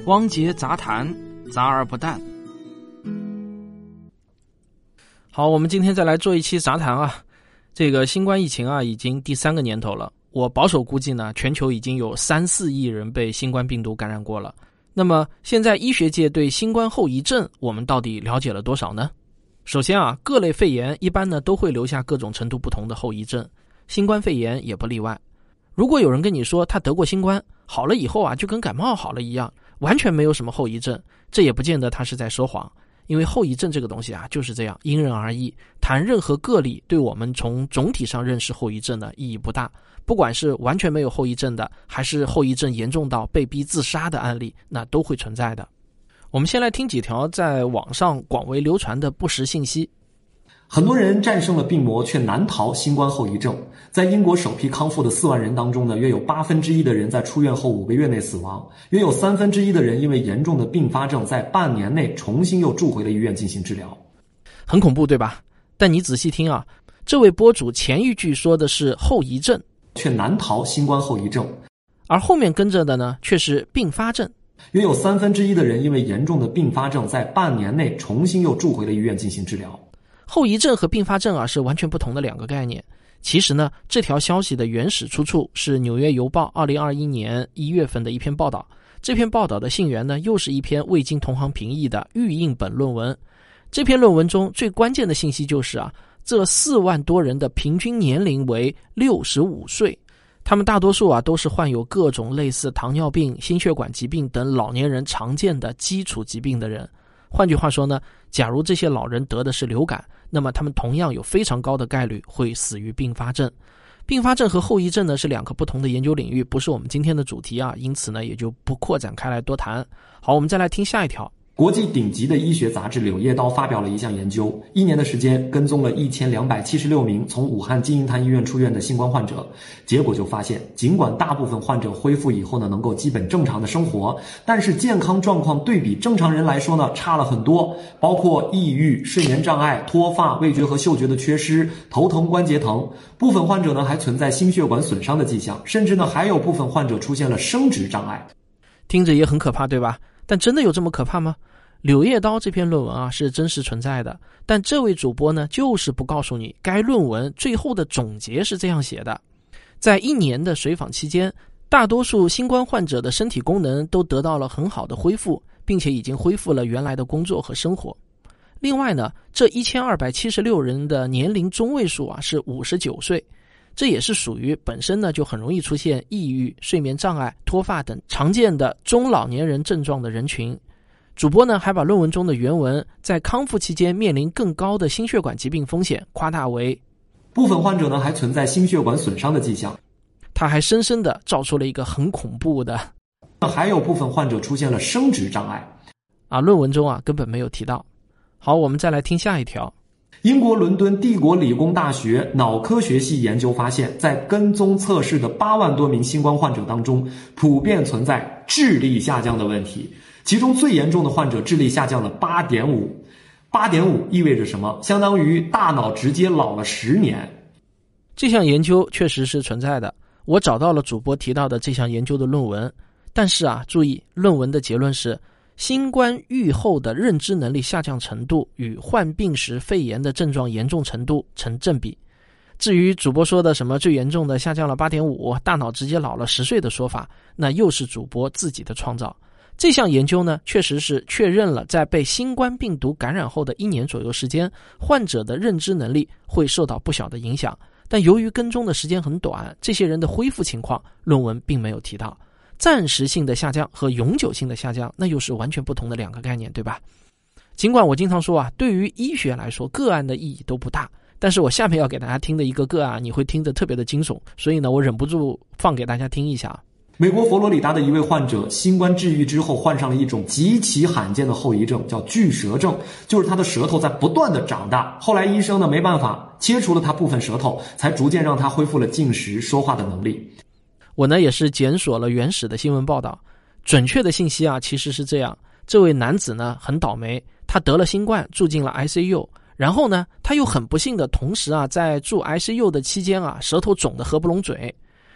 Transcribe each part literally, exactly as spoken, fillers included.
汪杰杂谈，杂而不淡。好，我们今天再来做一期杂谈啊。这个新冠疫情啊，已经第三个年头了。我保守估计呢，全球已经有三四亿人被新冠病毒感染过了。那么现在医学界对新冠后遗症，我们到底了解了多少呢？首先啊，各类肺炎一般呢都会留下各种程度不同的后遗症，新冠肺炎也不例外。如果有人跟你说他得过新冠，好了以后啊就跟感冒好了一样，完全没有什么后遗症，这也不见得他是在说谎。因为后遗症这个东西啊就是这样，因人而异，谈任何个例对我们从总体上认识后遗症呢意义不大。不管是完全没有后遗症的，还是后遗症严重到被逼自杀的案例，那都会存在的。我们先来听几条在网上广为流传的不实信息。 很多人战胜了病魔，却难逃新冠后遗症。在英国首批康复的四万人当中呢，约有八分之一的人在出院后五个月内死亡，约有三分之一的人因为严重的并发症，在半年内重新又住回了医院进行治疗。 很恐怖，对吧？但你仔细听啊，这位博主前一句说的是后遗症， 却难逃新冠后遗症， 而后面跟着的呢，却是并发症。 约有三分之一的人因为严重的并发症，在半年内重新又住回了医院进行治疗。 后遗症和并发症啊是完全不同的两个概念。其实呢，这条消息的原始出处是《纽约邮报》二零二一年一月份的一篇报道。这篇报道的信源呢，又是一篇未经同行评议的预印本论文。这篇论文中最关键的信息就是啊，这四万多人的平均年龄为六十五岁。他们大多数啊都是患有各种类似糖尿病、心血管疾病等老年人常见的基础疾病的人。换句话说呢，假如这些老人得的是流感，那么他们同样有非常高的概率会死于并发症。并发症和后遗症呢是两个不同的研究领域，不是我们今天的主题啊，因此呢也就不扩展开来多谈。好，我们再来听下一条。 国际顶级的医学杂志《柳叶刀》发表了一项研究，一年的时间跟踪了一千两百七十六名从武汉金银潭医院出院的新冠患者，结果就发现，尽管大部分患者恢复以后呢，能够基本正常的生活，但是健康状况对比正常人来说呢，差了很多，包括抑郁、睡眠障碍、脱发、味觉和嗅觉的缺失、头疼、关节疼。部分患者呢还存在心血管损伤的迹象，甚至呢还有部分患者出现了生殖障碍。 听着也很可怕，对吧？但真的有这么可怕吗？柳叶刀这篇论文啊是真实存在的，但这位主播呢就是不告诉你该论文最后的总结是这样写的。在一年的随访期间，大多数新冠患者的身体功能都得到了很好的恢复，并且已经恢复了原来的工作和生活。另外呢，这一千二百七十六人的年龄中位数啊是五十九岁，这也是属于本身呢就很容易出现抑郁、睡眠障碍、脱发等常见的中老年人症状的人群。主播呢还把论文中的原文在康复期间面临更高的心血管疾病风险夸大为部分患者呢还存在心血管损伤的迹象。 他还深深地照出了一个很恐怖的， 还有部分患者出现了生殖障碍啊，论文中啊根本没有提到。好，我们再来听下一条。 英国伦敦帝国理工大学脑科学系研究发现，在跟踪测试的八万多名新冠患者当中，普遍存在智力下降的问题，其中最严重的患者智力下降了 八点五。 八点五 意味着什么？相当于大脑直接老了十年。 这项研究确实是存在的，我找到了主播提到的这项研究的论文，但是啊，注意，论文的结论是新冠愈后的认知能力下降程度与患病时肺炎的症状严重程度成正比。至于主播说的什么最严重的下降了 八点五， 大脑直接老了十岁的说法，那又是主播自己的创造。这项研究呢，确实是确认了在被新冠病毒感染后的一年左右时间，患者的认知能力会受到不小的影响。但由于跟踪的时间很短，这些人的恢复情况论文并没有提到。暂时性的下降和永久性的下降，那又是完全不同的两个概念，对吧？尽管我经常说啊，对于医学来说，个案的意义都不大，但是我下面要给大家听的一个个案，你会听得特别的惊悚，所以呢，我忍不住放给大家听一下。 美国佛罗里达的一位患者，新冠治愈之后患上了一种极其罕见的后遗症，叫巨舌症，就是他的舌头在不断的长大。后来医生呢没办法切除了他部分舌头，才逐渐让他恢复了进食、说话的能力。 我呢也是检索了原始的新闻报道，准确的信息啊其实是这样：这位男子呢很倒霉，他得了新冠，住进了 I C U， 然后呢他又很不幸的同时啊在住 I C U 的期间啊舌头肿得合不拢嘴。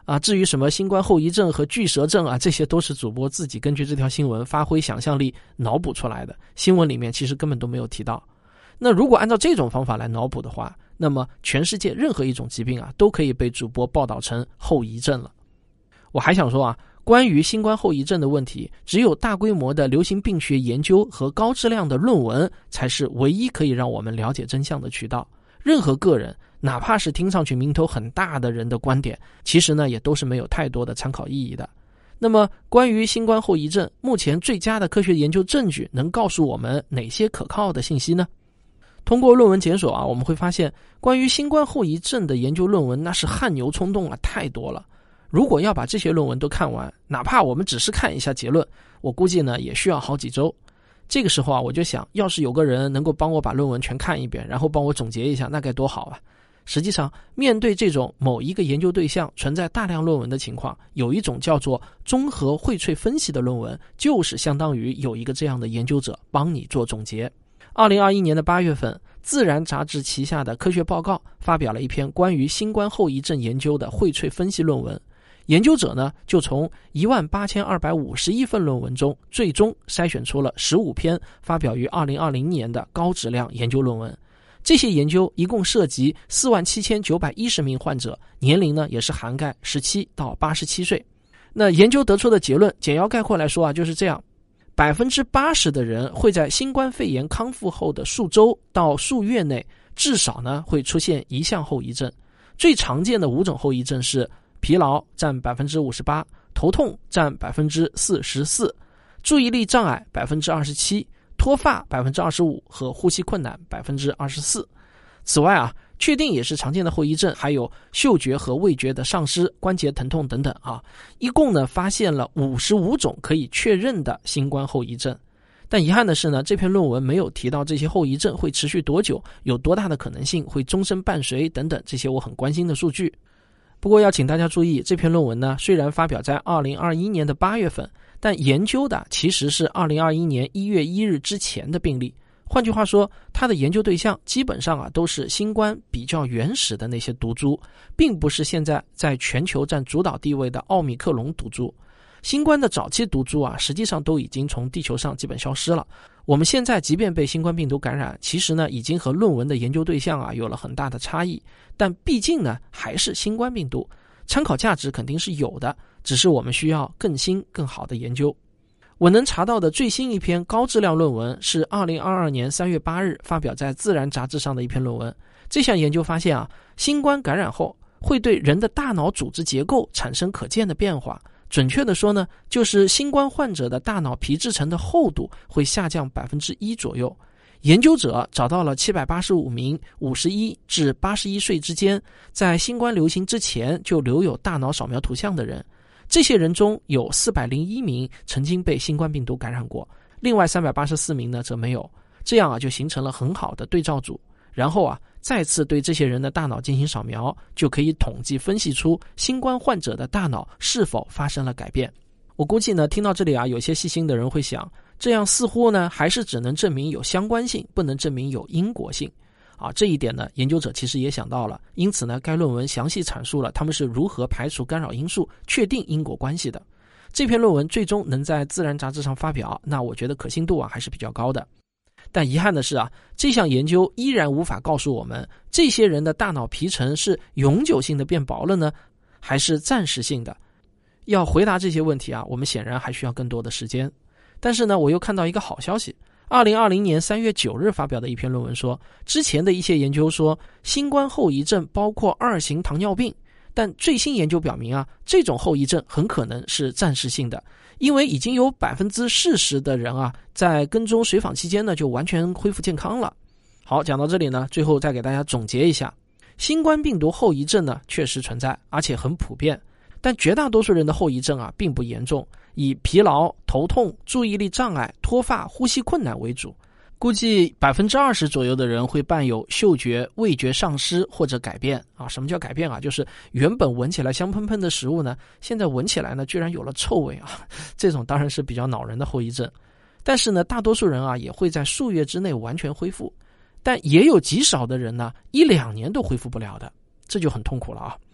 啊，至于什么新冠后遗症和巨舌症啊，这些都是主播自己根据这条新闻发挥想象力脑补出来的，新闻里面其实根本都没有提到。那如果按照这种方法来脑补的话，那么全世界任何一种疾病啊，都可以被主播报道成后遗症了。我还想说啊，关于新冠后遗症的问题，只有大规模的流行病学研究和高质量的论文才是唯一可以让我们了解真相的渠道。任何个人，哪怕是听上去名头很大的人的观点，其实呢也都是没有太多的参考意义的。那么关于新冠后遗症，目前最佳的科学研究证据能告诉我们哪些可靠的信息呢？通过论文检索啊，我们会发现关于新冠后遗症的研究论文那是汗牛充栋啊，太多了。如果要把这些论文都看完，哪怕我们只是看一下结论，我估计呢也需要好几周。这个时候啊，我就想，要是有个人能够帮我把论文全看一遍，然后帮我总结一下，那该多好啊。实际上，面对这种某一个研究对象存在大量论文的情况，有一种叫做综合荟萃分析的论文，就是相当于有一个这样的研究者帮你做总结。二零二一年的八月份，自然杂志旗下的科学报告发表了一篇关于新冠后遗症研究的荟萃分析论文。研究者呢，就从一万八千二百五十一份论文中，最终筛选出了十五篇发表于二零二零年的高质量研究论文。这些研究一共涉及四万七千九百一十名患者，年龄呢也是涵盖十七到八十七岁。那研究得出的结论，简要概括来说啊，就是这样：百分之八十的人会在新冠肺炎康复后的数周到数月内，至少呢会出现一项后遗症。最常见的五种后遗症是疲劳占 百分之五十八， 头痛占 百分之四十四， 注意力障碍 百分之二十七， 脱发 百分之二十五 和呼吸困难 百分之二十四。 此外啊，确定也是常见的后遗症还有嗅觉和味觉的丧失、关节疼痛等等啊。一共呢发现了五十五种可以确认的新冠后遗症。但遗憾的是呢，这篇论文没有提到这些后遗症会持续多久，有多大的可能性会终身伴随等等这些我很关心的数据。不过要请大家注意，这篇论文呢虽然发表在二零二一年的八月份，但研究的其实是二零二一年一月一日之前的病例。换句话说，它的研究对象基本上啊都是新冠比较原始的那些毒株，并不是现在在全球占主导地位的奥密克戎毒株。新冠的早期毒株啊，实际上都已经从地球上基本消失了。我们现在即便被新冠病毒感染，其实呢已经和论文的研究对象啊有了很大的差异，但毕竟呢还是新冠病毒，参考价值肯定是有的，只是我们需要更新更好的研究。我能查到的最新一篇高质量论文是二零二二年三月八日发表在《自然》杂志上的一篇论文。这项研究发现啊，新冠感染后会对人的大脑组织结构产生可见的变化。准确的说呢，就是新冠患者的大脑皮质层的厚度会下降 百分之一 左右。研究者找到了七百八十五名五十一至八十一岁之间，在新冠流行之前就留有大脑扫描图像的人。这些人中有四百零一名曾经被新冠病毒感染过，另外三百八十四名呢则没有。这样啊就形成了很好的对照组。然后啊，再次对这些人的大脑进行扫描，就可以统计分析出新冠患者的大脑是否发生了改变。我估计呢，听到这里啊，有些细心的人会想，这样似乎呢还是只能证明有相关性，不能证明有因果性。啊，这一点呢，研究者其实也想到了，因此呢，该论文详细阐述了他们是如何排除干扰因素，确定因果关系的。这篇论文最终能在《自然》杂志上发表，那我觉得可信度啊还是比较高的。但遗憾的是啊，这项研究依然无法告诉我们，这些人的大脑皮层是永久性的变薄了呢，还是暂时性的？要回答这些问题啊，我们显然还需要更多的时间。但是呢，我又看到一个好消息。二零二零年三月九日发表的一篇论文说，之前的一些研究说，新冠后遗症包括二型糖尿病，但最新研究表明啊，这种后遗症很可能是暂时性的，因为已经有 百分之四十 的人啊，在跟踪随访期间呢，就完全恢复健康了。好，讲到这里呢，最后再给大家总结一下，新冠病毒后遗症呢确实存在，而且很普遍，但绝大多数人的后遗症啊并不严重，以疲劳、头痛、注意力障碍、脱发、呼吸困难为主。估计 百分之二十 左右的人会伴有嗅觉、味觉丧失或者改变啊。什么叫改变啊？就是原本闻起来香喷喷的食物呢，现在闻起来呢居然有了臭味啊。这种当然是比较恼人的后遗症。但是呢，大多数人啊也会在数月之内完全恢复，但也有极少的人呢，一两年都恢复不了的，这就很痛苦了啊。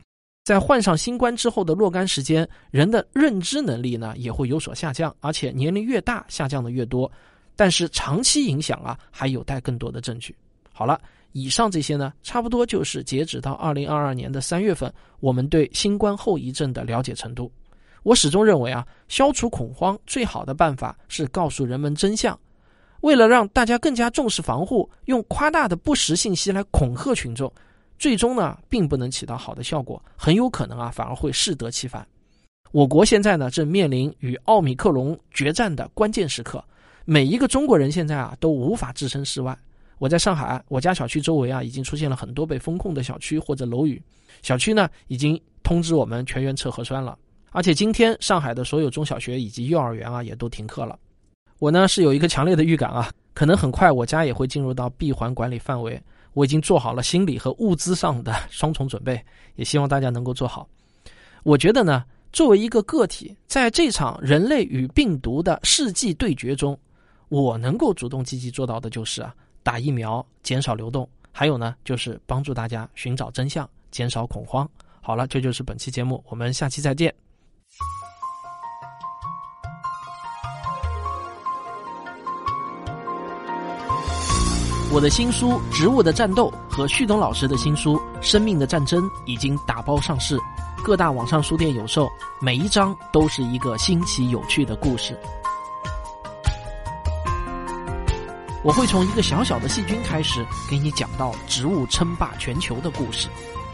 在患上新冠之后的若干时间，人的认知能力呢也会有所下降，而且年龄越大下降的越多。但是长期影响啊，还有待更多的证据。好了，以上这些呢，差不多就是截止到二零二二年的三月份，我们对新冠后遗症的了解程度。我始终认为啊，消除恐慌最好的办法是告诉人们真相。为了让大家更加重视防护，用夸大的不实信息来恐吓群众，最终呢，并不能起到好的效果，很有可能啊，反而会适得其反。我国现在呢，正面临与奥密克戎决战的关键时刻，每一个中国人现在啊，都无法置身事外。我在上海，我家小区周围啊，已经出现了很多被封控的小区或者楼宇，小区呢，已经通知我们全员测核酸了。而且今天上海的所有中小学以及幼儿园啊，也都停课了。我呢，是有一个强烈的预感啊，可能很快我家也会进入到闭环管理范围。我已经做好了心理和物资上的双重准备，也希望大家能够做好。我觉得呢，作为一个个体，在这场人类与病毒的世纪对决中，我能够主动积极做到的就是啊，打疫苗，减少流动，还有呢，就是帮助大家寻找真相，减少恐慌。好了，这就是本期节目，我们下期再见。我的新书《植物的战斗》和旭东老师的新书《生命的战争》已经打包上市，各大网上书店有售，每一章都是一个新奇有趣的故事。我会从一个小小的细菌开始，给你讲到植物称霸全球的故事。